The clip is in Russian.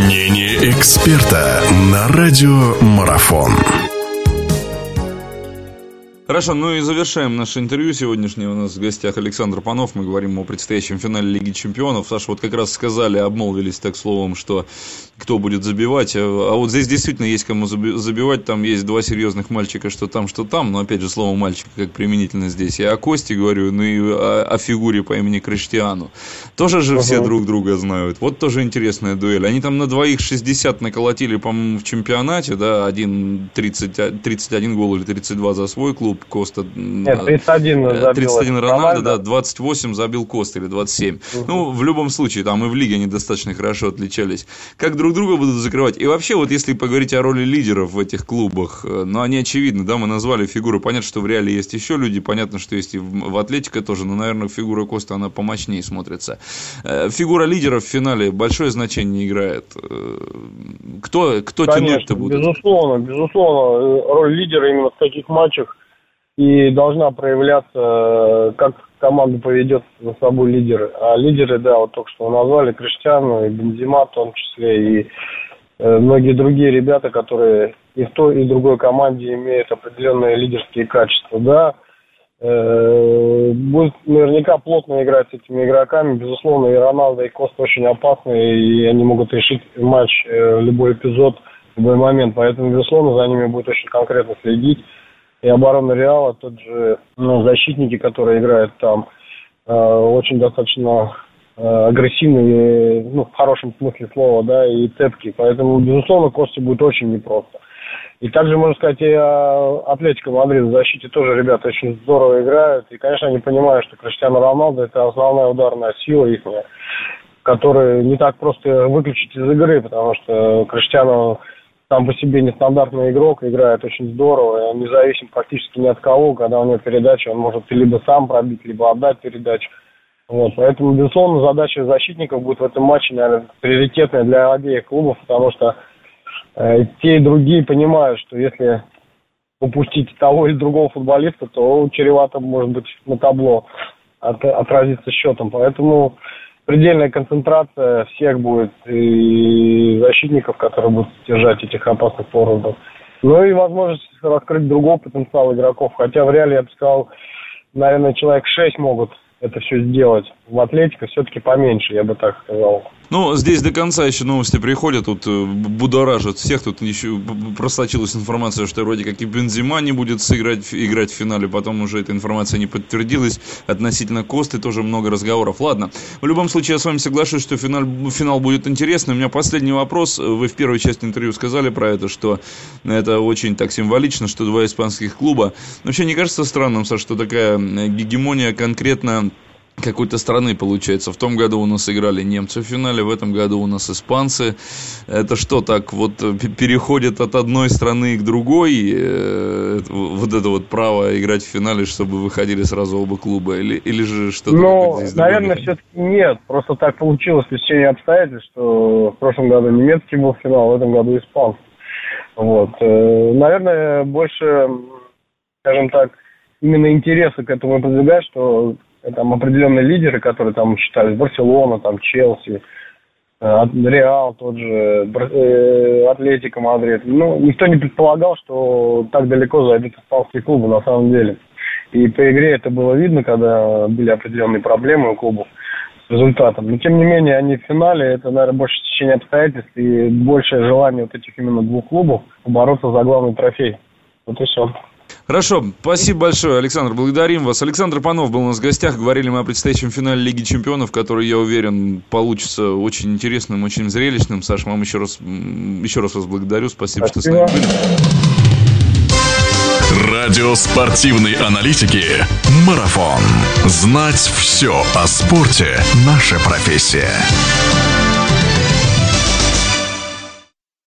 Мнение эксперта на радио Марафон. Хорошо, ну и завершаем наше интервью сегодняшнее. У нас в гостях Александр Панов. Мы говорим о предстоящем финале Лиги Чемпионов. Саша, вот как раз сказали, обмолвились так словом, что кто будет забивать. А вот здесь действительно есть кому забивать. Там есть два серьезных мальчика, что там. Но опять же, слово мальчик как применительно здесь. Я о Косте говорю, ну и о фигуре по имени Криштиану. Тоже же все друг друга знают. Вот тоже интересная дуэль. Они там на двоих 60 наколотили, по-моему, в чемпионате, да, 31 гол или 32 за свой клуб. Коста. Нет, 31 Рональдо, да, 28 забил Коста или 27. Ну, в любом случае, там и в лиге они достаточно хорошо отличались. Как друг друга будут закрывать? И вообще, вот если поговорить о роли лидеров в этих клубах, ну, они очевидны, да, мы назвали фигуры. Понятно, что в Реале есть еще люди, понятно, что есть и в Атлетико тоже, но, наверное, фигура Коста, она помощнее смотрится. Фигура лидеров в финале большое значение играет. Кто тянуть-то будет? Безусловно, роль лидера именно в таких матчах и должна проявляться, как команда поведет за собой лидеры. А лидеры, да, вот только что вы назвали, Криштиану и Бензема в том числе, и многие другие ребята, которые и в той, и в другой команде имеют определенные лидерские качества. Да, будет наверняка плотно играть с этими игроками. Безусловно, и Роналдо, и Коста очень опасны, и они могут решить матч, любой эпизод, в любой момент. Поэтому, безусловно, за ними будет очень конкретно следить. И оборона Реала, тот же защитники, которые играют там, очень достаточно агрессивные, в хорошем смысле слова, да, и цепкие. Поэтому, безусловно, Косте будет очень непросто. И также, можно сказать, и Атлетико Мадрид в защите тоже ребята очень здорово играют. И, конечно, они понимают, что Криштиану Роналдо – это основная ударная сила их, которую не так просто выключить из игры, потому что Криштиану сам по себе нестандартный игрок, играет очень здорово, он не зависим практически ни от кого, когда у него передача, он может либо сам пробить, либо отдать передачу. Вот, поэтому, безусловно, задача защитников будет в этом матче, наверное, приоритетная для обеих клубов, потому что те и другие понимают, что если упустить того или другого футболиста, то чревато, может быть, на табло отразиться счетом. Поэтому предельная концентрация всех будет, и защитников, которые будут держать этих опасных форвардов. Ну и возможность раскрыть другой потенциал игроков. Хотя в Реале, я бы сказал, наверное, человек 6 могут это все сделать. В Атлетико все-таки поменьше, я бы так сказал. Ну, здесь до конца еще новости приходят, тут будоражат всех, тут еще просочилась информация, что вроде как и Бензема не будет играть в финале, потом уже эта информация не подтвердилась, относительно Косты тоже много разговоров. Ладно, в любом случае я с вами соглашусь, что финал будет интересный. У меня последний вопрос, вы в первой части интервью сказали про это, что это очень так символично, что два испанских клуба. Вообще не кажется странным, Саша, что такая гегемония конкретно какой-то страны получается? В том году у нас играли немцы в финале, в этом году у нас испанцы. Это что, так вот переходит от одной страны к другой? Вот это вот право играть в финале, чтобы выходили сразу оба клуба? Или же что-то? Ну, наверное, все-таки нет. Просто так получилось в течение обстоятельств, что в прошлом году немецкий был финал, в этом году испанский. Вот. Наверное, больше, скажем так, именно интереса к этому продвигать, что там определенные лидеры, которые там считались, Барселона, там Челси, Реал, тот же, Атлетико Мадрид. Ну, никто не предполагал, что так далеко зайдут испанские клубы на самом деле. И по игре это было видно, когда были определенные проблемы у клубов с результатом. Но тем не менее, они в финале, это, наверное, больше течение обстоятельств и большее желание вот этих именно двух клубов бороться за главный трофей. Вот и все. Хорошо, спасибо большое, Александр, благодарим вас. Александр Панов был у нас в гостях, говорили мы о предстоящем финале Лиги Чемпионов, который, я уверен, получится очень интересным, очень зрелищным. Саша, вам еще раз вас благодарю, спасибо. Что с нами были. Радио спортивной аналитики «Марафон». Знать все о спорте – наша профессия.